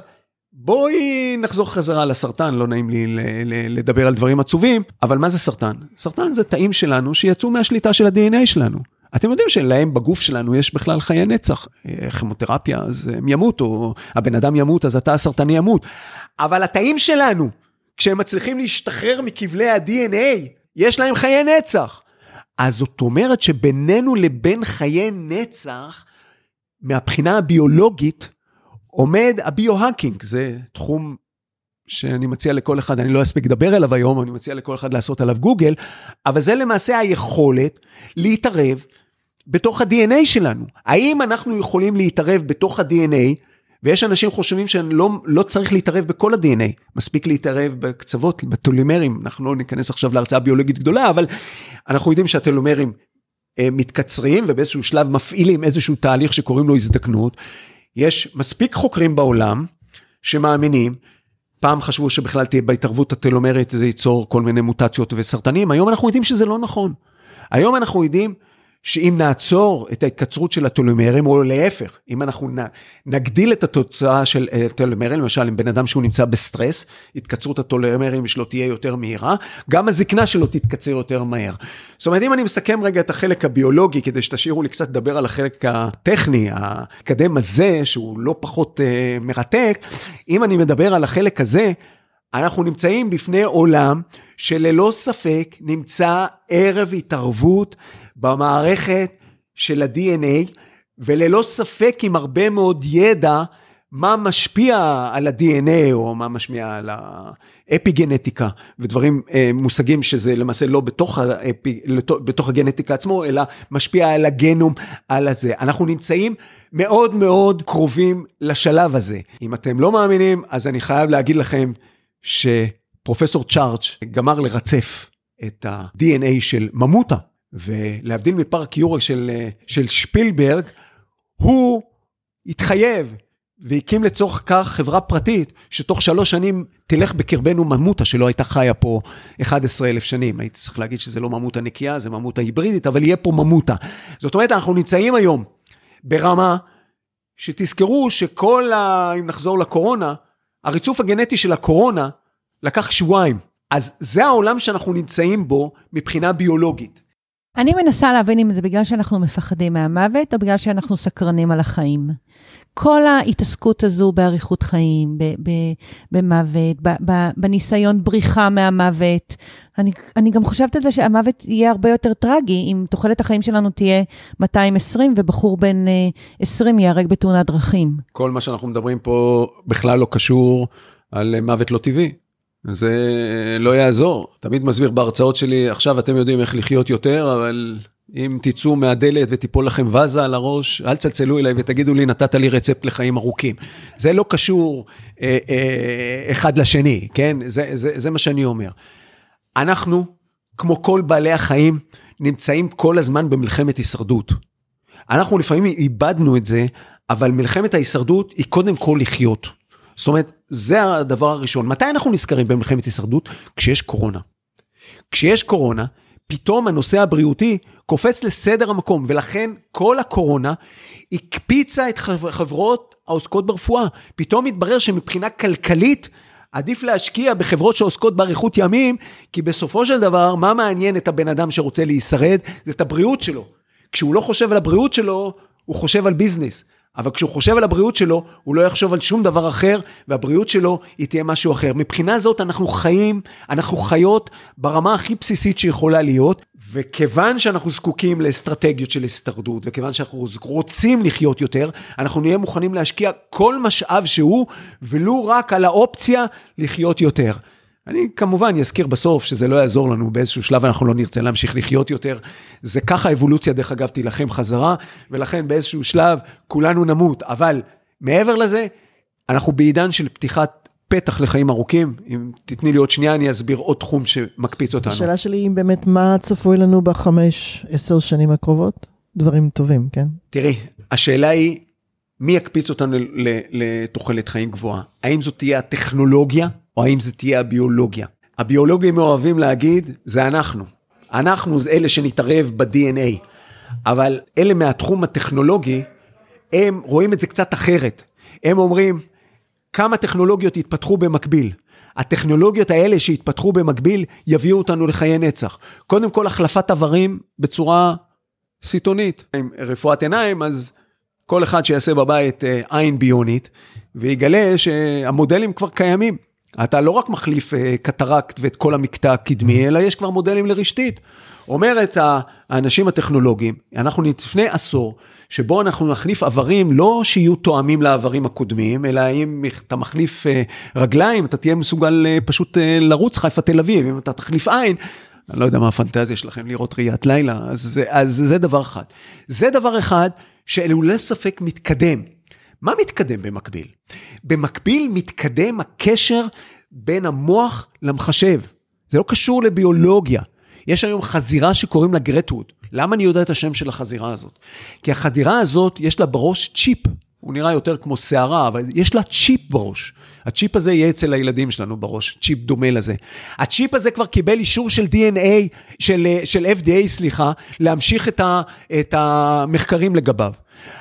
בואי נחזור חזרה לסרטן, לא נעים לי לדבר על דברים עצובים, אבל מה זה סרטן? סרטן זה תאים שלנו שיצאו מהשליטה של ה-DNA שלנו. אתם יודעים שלהם בגוף שלנו יש בכלל חיי נצח, כימותרפיה, אז הם ימותו, הבן אדם ימות, אז התא הסרטני ימות. אבל התאים שלנו, כשהם מצליחים להשתחרר מכבלי ה-DNA, יש להם חיי נצח. אז זאת אומרת שבינינו לבין חיי נצח, מהבחינה הביולוגית, עומד הביו-האקינג, זה תחום שאני מציע לכל אחד, אני לא אספיק לדבר עליו היום, אני מציע לכל אחד לעשות עליו גוגל, אבל זה למעשה היכולת להתערב בתוך ה-DNA שלנו. האם אנחנו יכולים להתערב בתוך ה-DNA, ויש אנשים חושבים שלא צריך להתערב בכל ה-DNA, מספיק להתערב בקצוות, בטולומרים, אנחנו לא ניכנס עכשיו להרצאה ביולוגית גדולה, אבל אנחנו יודעים שהטולומרים מתקצרים, ובאיזשהו שלב מפעילים איזשהו תהליך שקוראים לו הזדקנות. יש מספיק חוקרים בעולם שמאמינים, פעם חשבו שבכלל תהיה בהתערבות הטלומרית, זה ייצור כל מיני מוטציות וסרטנים, היום אנחנו יודעים שזה לא נכון. היום אנחנו יודעים שאם נעצור את ההתקצרות של הטלומרים, או להפך, אם אנחנו נגדיל את התוצאה של הטלומרים, למשל, אם בן אדם שהוא נמצא בסטרס, התקצרות הטלומרים שלו תהיה יותר מהירה, גם הזקנה שלו תתקצר יותר מהר. זאת אומרת, אם אני מסכם רגע את החלק הביולוגי, כדי שתשאירו לי קצת לדבר על החלק הטכני, הקדם הזה, שהוא לא פחות מרתק, אם אני מדבר על החלק הזה, אנחנו נמצאים בפני עולם, שללא ספק נמצא ערב התערבות, במערכת של ה-DNA, וללא ספק עם הרבה מאוד ידע, מה משפיע על ה-DNA, או מה משפיע על האפיגנטיקה, ודברים מושגים שזה למעשה לא בתוך הגנטיקה עצמו, אלא משפיע על הגנום, על הזה. אנחנו נמצאים מאוד מאוד קרובים לשלב הזה. אם אתם לא מאמינים, אז אני חייב להגיד לכם, שפרופסור צ'ארג' גמר לרצף את ה-DNA של ממוטה, ולהבדיל מפארק יורק של שפילברג, הוא התחייב והקים לצורך כך חברה פרטית, שתוך 3 שנים תלך בקרבנו ממוטה, שלא הייתה חיה פה 11,000 שנים. הייתי צריך להגיד שזה לא ממוטה נקייה, זה ממוטה היברידית, אבל יהיה פה ממוטה. זאת אומרת, אנחנו נמצאים היום ברמה שתזכרו אם נחזור לקורונה, הריצוף הגנטי של הקורונה לקח 2 שבועות. אז זה העולם שאנחנו נמצאים בו מבחינה ביולוגית. אני מנסה להבין אם זה בגלל שאנחנו מפחדים מהמוות, או בגלל שאנחנו סקרנים על החיים. כל ההתעסקות הזו באריכות חיים, במוות, בניסיון בריחה מהמוות, אני גם חושבת על זה שהמוות יהיה הרבה יותר טרגי, אם תוחלת החיים שלנו תהיה 220, ובחור בן 20 יהרג בתאונת דרכים. כל מה שאנחנו מדברים פה בכלל לא קשור על מוות לא טבעי. זה לא יעזור. תמיד מסביר בהרצאות שלי, עכשיו אתם יודעים איך לחיות יותר, אבל אם תצאו מהדלת וטיפול לכם וזה על הראש, אל צלצלו אליי ותגידו לי, נתת לי רצפט לחיים ארוכים. זה לא קשור אחד לשני, כן? זה מה שאני אומר. אנחנו, כמו כל בעלי החיים, נמצאים כל הזמן במלחמת הישרדות. אנחנו לפעמים איבדנו את זה, אבל מלחמת ההישרדות היא קודם כל לחיות. זאת אומרת, זה הדבר הראשון. מתי אנחנו נזכרים במלחמת הישרדות? כשיש קורונה. כשיש קורונה, פתאום הנושא הבריאותי קופץ לסדר המקום, ולכן כל הקורונה הקפיצה את חברות העוסקות ברפואה. פתאום מתברר שמבחינה כלכלית, עדיף להשקיע בחברות שעוסקות באריכות ימים, כי בסופו של דבר, מה מעניין את הבן אדם שרוצה להישרד? זה את הבריאות שלו. כשהוא לא חושב על הבריאות שלו, הוא חושב על ביזנס. אבל כשהוא חושב על הבריאות שלו, הוא לא יחשוב על שום דבר אחר, והבריאות שלו היא תהיה משהו אחר. מבחינה זאת אנחנו חיות ברמה הכי בסיסית שיכולה להיות, וכיוון שאנחנו זקוקים לאסטרטגיות של הסתרדות, וכיוון שאנחנו רוצים לחיות יותר, אנחנו נהיה מוכנים להשקיע כל משאב שהוא, ולא רק על האופציה לחיות יותר. אני כמובן אזכיר בסוף שזה לא יעזור לנו באיזשהו שלב, אנחנו לא נרצה להמשיך לחיות יותר, זה ככה האבולוציה דרך אגב תילחם חזרה, ולכן באיזשהו שלב כולנו נמות, אבל מעבר לזה, אנחנו בעידן של פתיחת פתח לחיים ארוכים, אם תתני לי עוד שנייה אני אסביר עוד תחום שמקפיץ אותנו. השאלה שלי היא באמת מה צפוי לנו ב5-10 שנים הקרובות? דברים טובים, כן? תראי, השאלה היא, מי יקפיץ אותנו לתוחלת חיים גבוהה? האם זאת תהיה הטכנולוגיה, או האם זה תהיה הביולוגיה? הביולוגים אוהבים להגיד, זה אנחנו. אנחנו זה אלה שנתערב ב-DNA. אבל אלה מהתחום הטכנולוגי, הם רואים את זה קצת אחרת. הם אומרים, כמה טכנולוגיות יתפתחו במקביל. הטכנולוגיות האלה שהתפתחו במקביל, יביאו אותנו לחיי נצח. קודם כל, החלפת איברים בצורה סיטונית. עם רפואת עיניים, אז כל אחד שיעשה בבית עין ביונית, ויגלה שהמודלים כבר קיימים. אתה לא רק מחליף קטרקט ואת כל המקטע הקדמי, אלא יש כבר מודלים לרשתית. אומרת האנשים הטכנולוגיים, אנחנו לפני עשור, שבו אנחנו נחליף עברים, לא שיהיו תואמים לעברים הקודמים, אלא אם אתה מחליף רגליים, אתה תהיה מסוגל פשוט לרוץ חיפה תל אביב, אם אתה תחליף עין, אני לא יודע מה הפנטזיה שלכם לראות ראיית לילה, אז זה דבר אחד. זה דבר אחד שאלו לספק מתקדם. מה מתקדם במקביל? במקביל מתקדם הקשר בין המוח למחשב. זה לא קשור לביולוגיה. יש היום חזירה שקוראים לה גרטווד. למה אני יודע את השם של החזירה הזאת? כי החזירה הזאת יש לה בראש צ'יפ. הוא נראה יותר כמו שערה, אבל יש לה צ'יפ בראש. הצ'יפ הזה יהיה אצל הילדים שלנו בראש, צ'יפ דומה לזה. הצ'יפ הזה כבר קיבל אישור של DNA, של FDA, סליחה, להמשיך את המחקרים לגביו.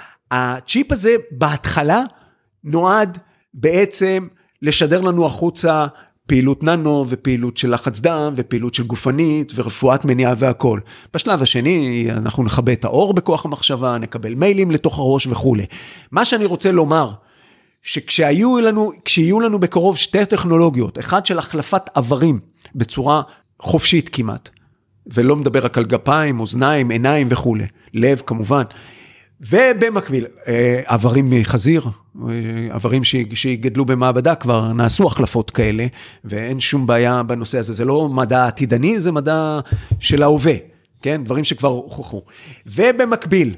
הצ'יפ הזה בהתחלה נועד בעצם לשדר לנו החוצה פעילות ננו ופעילות של לחץ דם ופעילות של גופנית ורפואת מניעה והכל. בשלב השני אנחנו נכבה את האור בכוח המחשבה, נקבל מיילים לתוך הראש וכו'. מה שאני רוצה לומר, שכשיהיו לנו בקרוב שתי טכנולוגיות, אחד של החלפת איברים בצורה חופשית כמעט, ולא מדבר רק על גפיים, אוזניים, עיניים וכו', לב כמובן, ובמקביל, עברים מחזיר, עברים שיגדלו במעבדה, כבר נעשו החלפות כאלה, ואין שום בעיה בנושא הזה, זה לא מדע עתידני, זה מדע של ההווה, כן? דברים שכבר הוכחו. ובמקביל,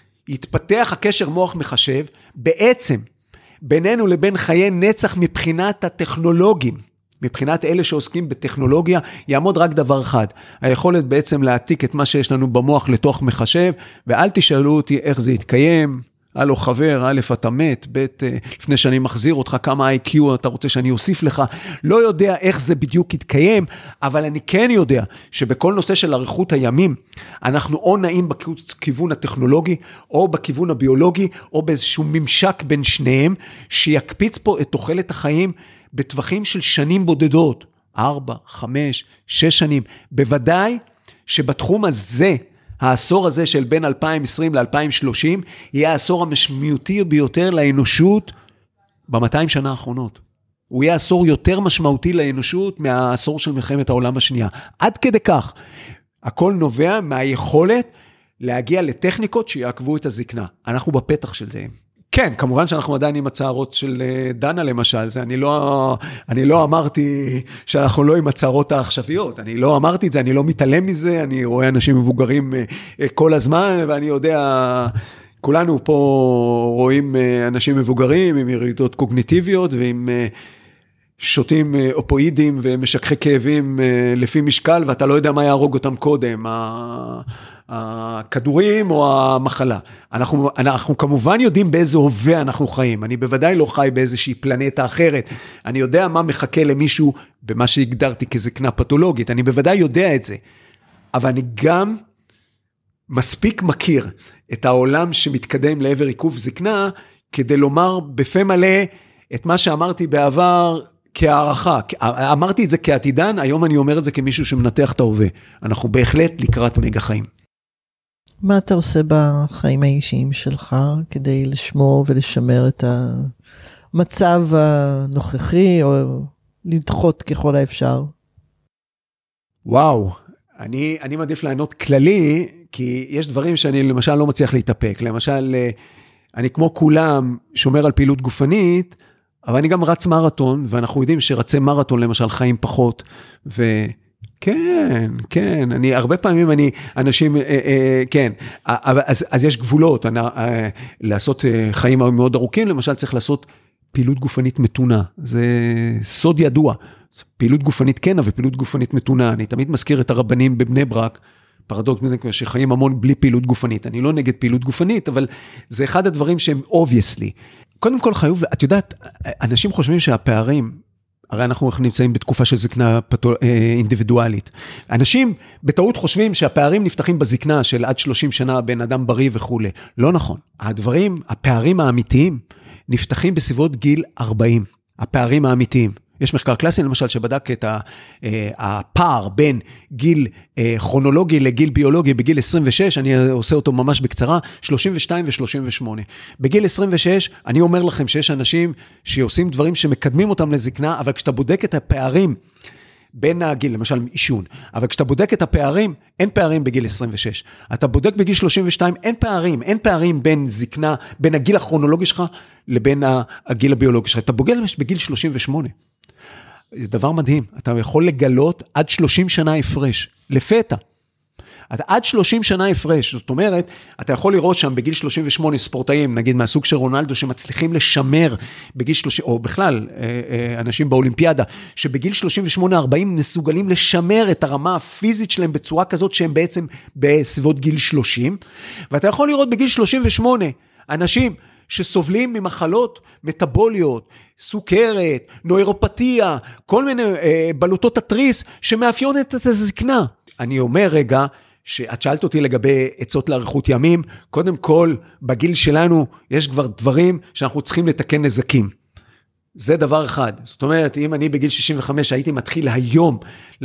יתפתח הקשר מוח מחשב, בעצם, בינינו לבין חיי נצח מבחינת הטכנולוגים, מבחינת אלה שעוסקים בטכנולוגיה, יעמוד רק דבר אחד, היכולת בעצם להעתיק את מה שיש לנו במוח לתוך מחשב, ואל תשאלו אותי איך זה יתקיים, הלו חבר, א' אתה מת, ב' לפני שאני מחזיר אותך כמה IQ אתה רוצה שאני אוסיף לך, לא יודע איך זה בדיוק יתקיים, אבל אני כן יודע שבכל נושא של אריכות הימים, אנחנו או נעים בכיוון הטכנולוגי, או בכיוון הביולוגי, או באיזשהו ממשק בין שניהם, שיקפיץ פה את תוחלת החיים, בטווחים של שנים בודדות, 4, 5, 6 שנים, בוודאי שבתחום הזה, העשור הזה של בין 2020 ל-2030, יהיה העשור המשמעותי ביותר לאנושות ב-200 שנה האחרונות. הוא יהיה עשור יותר משמעותי לאנושות מהעשור של מלחמת העולם השנייה. עד כדי כך, הכל נובע מהיכולת להגיע לטכניקות שיעקבו את הזקנה. אנחנו בפתח של זה. כן, כמובן שאנחנו עדיין עם הצערות של דנה למשל, זה אני לא אמרתי שאנחנו לא עם הצערות העכשוויות, אני לא אמרתי את זה, אני לא מתעלם מזה, אני רואה אנשים מבוגרים כל הזמן, ואני יודע, כולנו פה רואים אנשים מבוגרים עם ירידות קוגניטיביות, ועם שותים אופואידים ומשככי כאבים לפי משקל, ואתה לא יודע מה יהרוג אותם קודם, הכדורים או המחלה. אנחנו כמובן יודעים באיזה הווה אנחנו חיים. אני בוודאי לא חי באיזושהי פלנטה אחרת. אני יודע מה מחכה למישהו במה שהגדרתי כזקנה פתולוגית. אני בוודאי יודע את זה. אבל אני גם מספיק מכיר את העולם שמתקדם לעבר עיכוב זקנה, כדי לומר בפה מלא את מה שאמרתי בעבר כהערכה, אמרתי את זה כעתידן, היום אני אומר את זה כמישהו שמנתח את ההווה. אנחנו בהחלט לקראת מגה חיים. מה אתה עושה בחיים האישיים שלך כדי לשמור ולשמר את המצב הנוכחי, או לדחות ככל האפשר? וואו, אני מעדיף לענות כללי, כי יש דברים שאני למשל לא מצליח להתאפק. למשל, אני כמו כולם שומר על פעילות גופנית, אבל אני גם רץ מרתון, ואנחנו יודעים שרצי מרתון למשל חיים פחות, וכן, הרבה פעמים אנשים, כן, אז יש גבולות, לעשות חיים מאוד ארוכים, למשל צריך לעשות פעילות גופנית מתונה, זה סוד ידוע, פעילות גופנית כן, אבל פעילות גופנית מתונה, אני תמיד מזכיר את הרבנים בבני ברק, פרדוקס שחיים המון בלי פעילות גופנית, אני לא נגד פעילות גופנית, אבל זה אחד הדברים שהם obviously, קודם כל חיוב, את יודעת, אנשים חושבים שהפערים, הרי אנחנו נמצאים בתקופה של זקנה אינדיבידואלית, אנשים בטעות חושבים שהפערים נפתחים בזקנה של עד 30 שנה בין אדם בריא וכו'. לא נכון, הפערים האמיתיים נפתחים בסביבות גיל 40, הפערים האמיתיים. יש מחקר קלאסי למשל שבדק את הפער בין גיל כרונולוגי לגיל ביולוגי בגיל 26, אני עושה אותו ממש בקצרה, 32 ו-38. בגיל 26 אני אומר לכם שיש אנשים שעושים דברים שמקדמים אותם לזקנה, אבל כשאתה בודק את הפערים בין הגיל, למשל אישון, אבל כשאתה בודק את הפערים, אין פערים בגיל 26. אתה בודק בגיל 32, אין פערים בין זקנה, בין הגיל הכרונולוגי שלך לבין הגיל הביולוגי שלך. אתה בוגר בגיל 38. זה דבר מדהים, אתה יכול לגלות עד 30 שנה הפרש, לפתע. עד 30 שנה הפרש, זאת אומרת, אתה יכול לראות שם בגיל 38 ספורטאים, נגיד מהסוג של רונלדו, שמצליחים לשמר בגיל 30, או בכלל, אנשים באולימפיאדה, שבגיל 38-40 מסוגלים לשמר את הרמה הפיזית שלהם בצורה כזאת, שהם בעצם בסביבות גיל 30, ואתה יכול לראות בגיל 38, אנשים שסובלים ממחלות מטאבוליות, סוכרת, נוירופתיה, כל מיני בלוטות התריס, שמאפיינות את הזקנה. אני אומר רגע, שאת שאלת אותי לגבי עצות לאריכות ימים, קודם כל, בגיל שלנו, יש כבר דברים שאנחנו צריכים לתקן נזקים. זה דבר אחד. זאת אומרת, אם אני בגיל 65 הייתי מתחיל היום,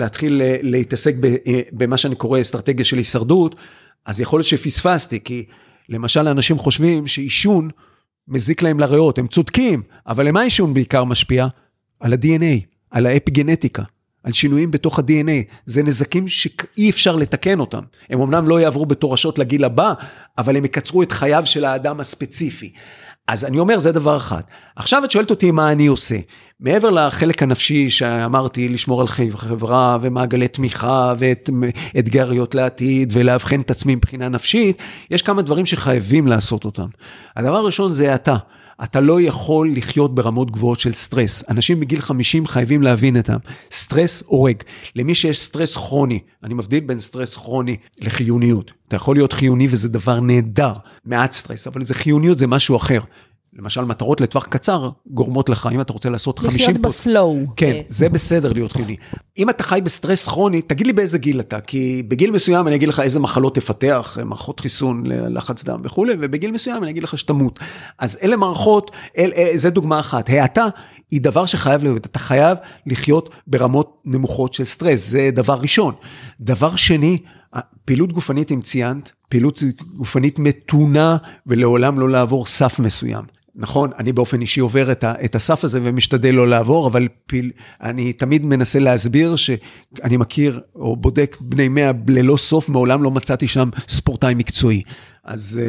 להתעסק במה שאני קורא אסטרטגיה של הישרדות, אז יכול להיות שפספסתי, כי למשל, אנשים חושבים שאישון מזיק להם לריאות, הם צודקים, אבל למה אישון בעיקר משפיע? על ה-DNA, על האפיגנטיקה, על שינויים בתוך ה-DNA, זה נזקים שאי אפשר לתקן אותם, הם אמנם לא יעברו בתורשות לגיל הבא, אבל הם יקצרו את חייו של האדם הספציפי, אז אני אומר, זה דבר אחד. עכשיו את שואלת אותי מה אני עושה, מעבר לחלק הנפשי שאמרתי, לשמור על חברה ומעגלי תמיכה, ואתגריות לעתיד, ולהבחן את עצמי מבחינה נפשית, יש כמה דברים שחייבים לעשות אותם. הדבר הראשון זה אתה לא יכול לחיות ברמות גבוהות של סטרס. אנשים בגיל 50 חייבים להבין אותם. סטרס הורג. למי שיש סטרס כרוני, אני מבדיל בין סטרס כרוני לחיוניות. אתה יכול להיות חיוני וזה דבר נהדר, מעט סטרס, אבל זה חיוניות, זה משהו אחר. למשל, מטרות לטווח קצר גורמות לך, אם אתה רוצה לעשות 50... לחיות בפלואו. כן, זה בסדר להיות חיוני. אם אתה חי בסטרס כרוני, תגיד לי באיזה גיל אתה, כי בגיל מסוים אני אגיד לך איזה מחלות תפתח, מערכות חיסון, לחץ דם וכו', ובגיל מסוים אני אגיד לך שתמות. אז אלה מערכות, זה דוגמה אחת. העתה היא דבר שחייב להיות, אתה חייב לחיות ברמות נמוכות של סטרס, זה דבר ראשון. דבר שני, פעילות גופנית אם ציינת, פעילות גופנית מתונה, ולעולם לא לעבור סף מסוים. נכון, אני באופן אישי עובר את הסף הזה, ומשתדל לא לעבור, אבל אני תמיד מנסה להסביר, שאני מכיר, או בודק בני 100 ללא סוף, מעולם לא מצאתי שם ספורטאי מקצועי. אז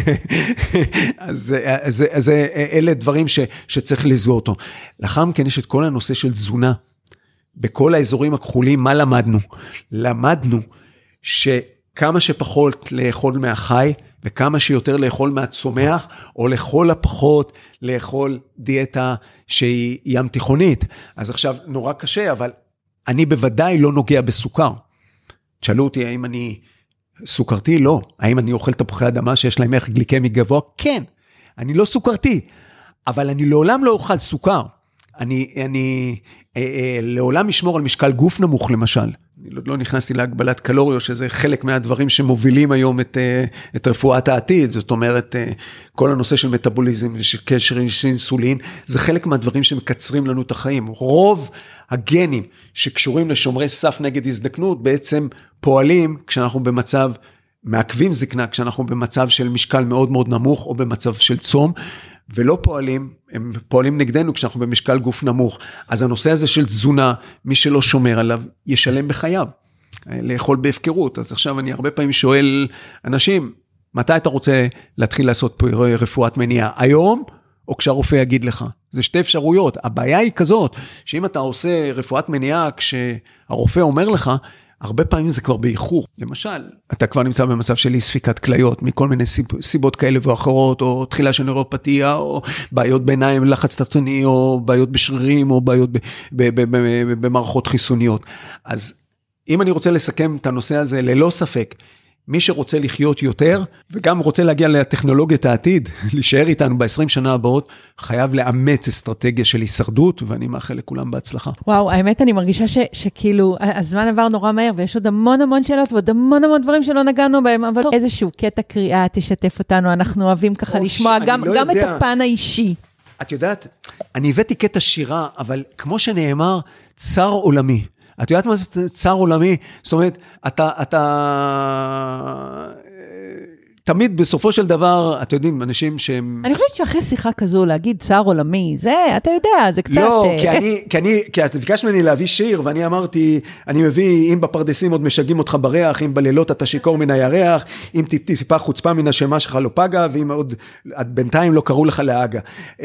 אלה דברים שצריך לזכור אותו. לאחר מכן יש את כל הנושא של תזונה, בכל האזורים הכחולים, מה למדנו? למדנו שכמה שפחות לאכול מהחי, וכמה שיותר לאכול מהצומח, או לכל הפחות לאכול דיאטה שהיא ים תיכונית. אז עכשיו נורא קשה, אבל אני בוודאי לא נוגע בסוכר. תשאלו אותי, האם אני סוכרתי? לא. האם אני אוכל תפוחי אדמה שיש להם ערך גליקמי גבוה? כן. אני לא סוכרתי, אבל אני לעולם לא אוכל סוכר. אני לעולם אשמור על משקל גוף נמוך למשל. אני לא נכנסתי להגבלת קלוריות, שזה חלק מהדברים שמובילים היום את רפואת העתיד, זאת אומרת, כל הנושא של מטאבוליזם ושל קשר אינסולין, זה חלק מהדברים שמקצרים לנו את החיים. רוב הגנים שקשורים לשומרי סף נגד הזדקנות, בעצם פועלים כשאנחנו במצב, מעכבים זקנה, כשאנחנו במצב של משקל מאוד מאוד נמוך, או במצב של צום, ולא פועלים, הם פועלים נגדנו כשאנחנו במשקל גוף נמוך. אז הנושא הזה של תזונה, מי שלא שומר עליו, ישלם בחייו, לאכול בהפקרות. אז עכשיו אני הרבה פעמים שואל אנשים, מתי אתה רוצה להתחיל לעשות רפואת מניעה? היום, או כשהרופא יגיד לך? זה שתי אפשרויות. הבעיה היא כזאת, שאם אתה עושה רפואת מניעה, כשהרופא אומר לך, הרבה פעמים זה כבר באיחור. למשל, אתה כבר נמצא במצב של אי ספיקת כליות, מכל מיני סיבות כאלה ואחרות, או תחילה של נוירופתיה, או בעיות ביניים, לחץ תחתוני, או בעיות בשרירים, או בעיות במערכות חיסוניות. אז אם אני רוצה לסכם את הנושא הזה, ללא ספק, מי שרוצה לחיות יותר, וגם רוצה להגיע לטכנולוגיית העתיד, להישאר איתנו ב-20 שנה הבאות, חייב לאמץ אסטרטגיה של הישרדות, ואני מאחל לכולם בהצלחה. וואו, האמת אני מרגישה שכאילו, הזמן עבר נורא מהר, ויש עוד המון שאלות, ועוד המון דברים שלא נגענו בהם, אבל איזשהו קטע קריאה תשתף אותנו, אנחנו אוהבים ככה לשמוע גם את הפן האישי. את יודעת, אני הבאתי קטע שירה, אבל כמו שנאמר, צר עולמי. את יודעת מה זה צער עולמי? זאת אומרת, אתה תמיד בסופו של דבר, אתה יודעים, אנשים שהם... אני חושבת שאחרי שיחה כזו, להגיד צער עולמי, זה, אתה יודע, זה קצת... לא, כי את ביקשת ממני להביא שיר, ואני אמרתי, אני מביא, אם בפרדסים עוד משגעים אותך בריח, אם בלילות אתה שיקור מן הירח, אם טיפה חוצפה מן השמה שלך לא פגע, ואם עוד, בינתיים לא קראו לך להגה.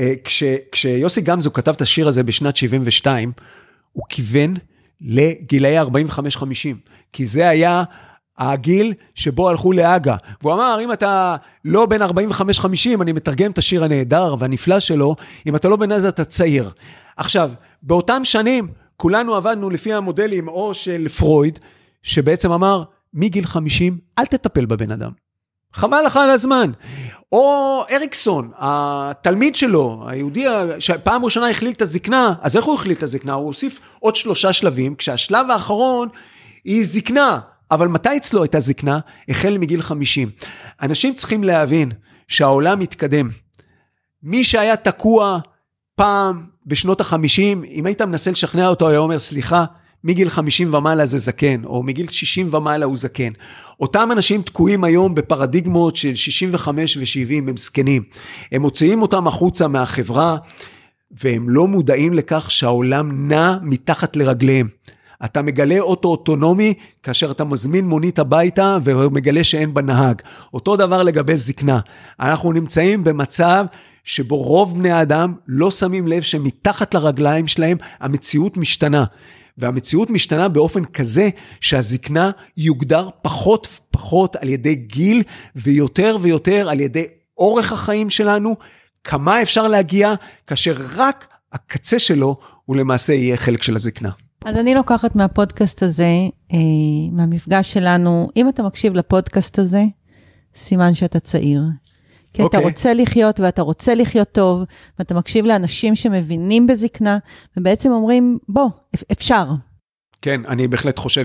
כשיוסי גמזו כתב את השיר הזה בשנת 72, הוא כיוון לגילאי 45-50, כי זה היה הגיל שבו הלכו להגה, והוא אמר, אם אתה לא בין 45-50, אני מתרגם את השיר הנהדר והנפלא שלו, אם אתה לא בין אז אתה צעיר. עכשיו, באותם שנים, כולנו עבדנו לפי המודלים, או של פרויד, שבעצם אמר, מגיל 50, אל תטפל בבן אדם. חבל לך על הזמן. או אריקסון, התלמיד שלו, היהודי, שפעם ראשונה החליל את הזקנה, אז איך הוא החליל את הזקנה? הוא הוסיף עוד 3 שלבים, כשהשלב האחרון היא זקנה, אבל מתי אצלו הייתה זקנה? החל מגיל 50. אנשים צריכים להבין שהעולם מתקדם. מי שהיה תקוע פעם בשנות ה-50, אם היית מנסה לשכנע אותו, היה אומר, סליחה, מגיל 50 ומעלה זה זקן, או מגיל 60 ומעלה הוא זקן. אותם אנשים תקועים היום בפרדיגמות של 65 ו-70, הם זקנים. הם מוציאים אותם החוצה מהחברה, והם לא מודעים לכך שהעולם נע מתחת לרגליהם. אתה מגלה אוטו אוטונומי, כאשר אתה מזמין מונית הביתה, ומגלה שאין בה נהג. אותו דבר לגבי זקנה. אנחנו נמצאים במצב שבו רוב בני האדם לא שמים לב שמתחת לרגליים שלהם המציאות משתנה. והמציאות משתנה באופן כזה שהזקנה יוגדר פחות על ידי גיל ויותר ויותר על ידי אורך החיים שלנו, כמה אפשר להגיע כאשר רק הקצה שלו הוא למעשה יהיה חלק של הזקנה. אז אני לוקחת מהפודקאסט הזה, מהמפגש שלנו, אם אתה מקשיב לפודקאסט הזה, סימן שאתה צעיר. כי אתה רוצה לחיות ואתה רוצה לחיות טוב, ואתה מקשיב לאנשים שמבינים בזקנה, ובעצם אומרים, בוא, אפשר. כן, אני בהחלט חושב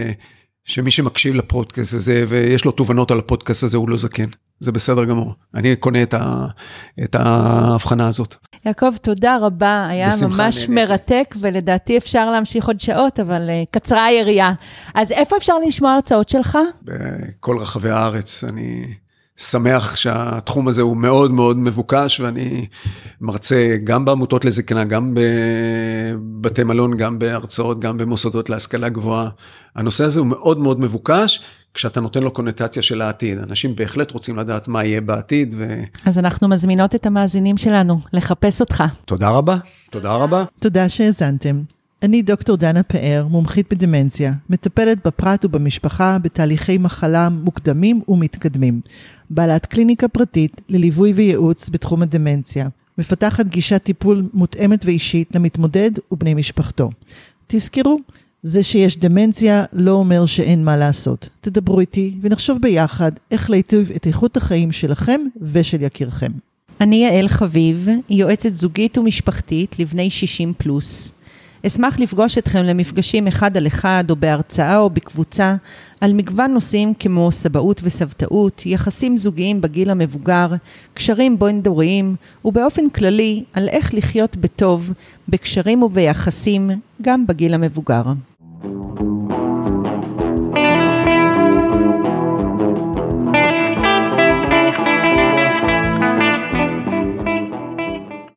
שמי שמקשיב לפודקאסט הזה, ויש לו תובנות על הפודקאסט הזה, הוא לא זקן. זה בסדר גמור. אני קונה את ההבחנה הזאת. יעקב, תודה רבה. היה ממש מרתק, ולדעתי אפשר להמשיך עוד שעות, אבל קצרה היריעה. אז איפה אפשר לשמוע הרצאות שלך? בכל רחבי הארץ. אני שמח שהתחום הזה הוא מאוד מאוד מבוקש, ואני מרצה גם בעמותות לזקנה, גם בבתי מלון, גם בהרצאות, גם במוסדות להשכלה גבוהה. הנושא הזה הוא מאוד מאוד מבוקש, כשאתה נותן לו קונוטציה של העתיד. אנשים בהחלט רוצים לדעת מה יהיה בעתיד. אז אנחנו מזמינות את המאזינים שלנו לחפש אותך. תודה רבה. תודה רבה. תודה שהזנתם. אני דוקטור דנה פאר, מומחית בדמנציה, מטפלת בפרט ובמשפחה בתהליכי מחלה מוקדמים ומתקדמים. בעלת קליניקה פרטית לליווי וייעוץ בתחום הדמנציה. מפתחת גישת טיפול מותאמת ואישית למתמודד ובני משפחתו. תזכרו, זה שיש דמנציה לא אומר שאין מה לעשות. תדברו איתי ונחשוב ביחד איך להיטיב את איכות החיים שלכם ושל יקירכם. אני יעל חביב, יועצת זוגית ומשפחתית לבני 60 פלוס. אשמח לפגוש אתכם למפגשים אחד על אחד או בהרצאה או בקבוצה על מגוון נושאים כמו סבאות וסבתאות, יחסים זוגיים בגיל המבוגר, קשרים בין-דוריים ובאופן כללי על איך לחיות בטוב, בקשרים וביחסים גם בגיל המבוגר.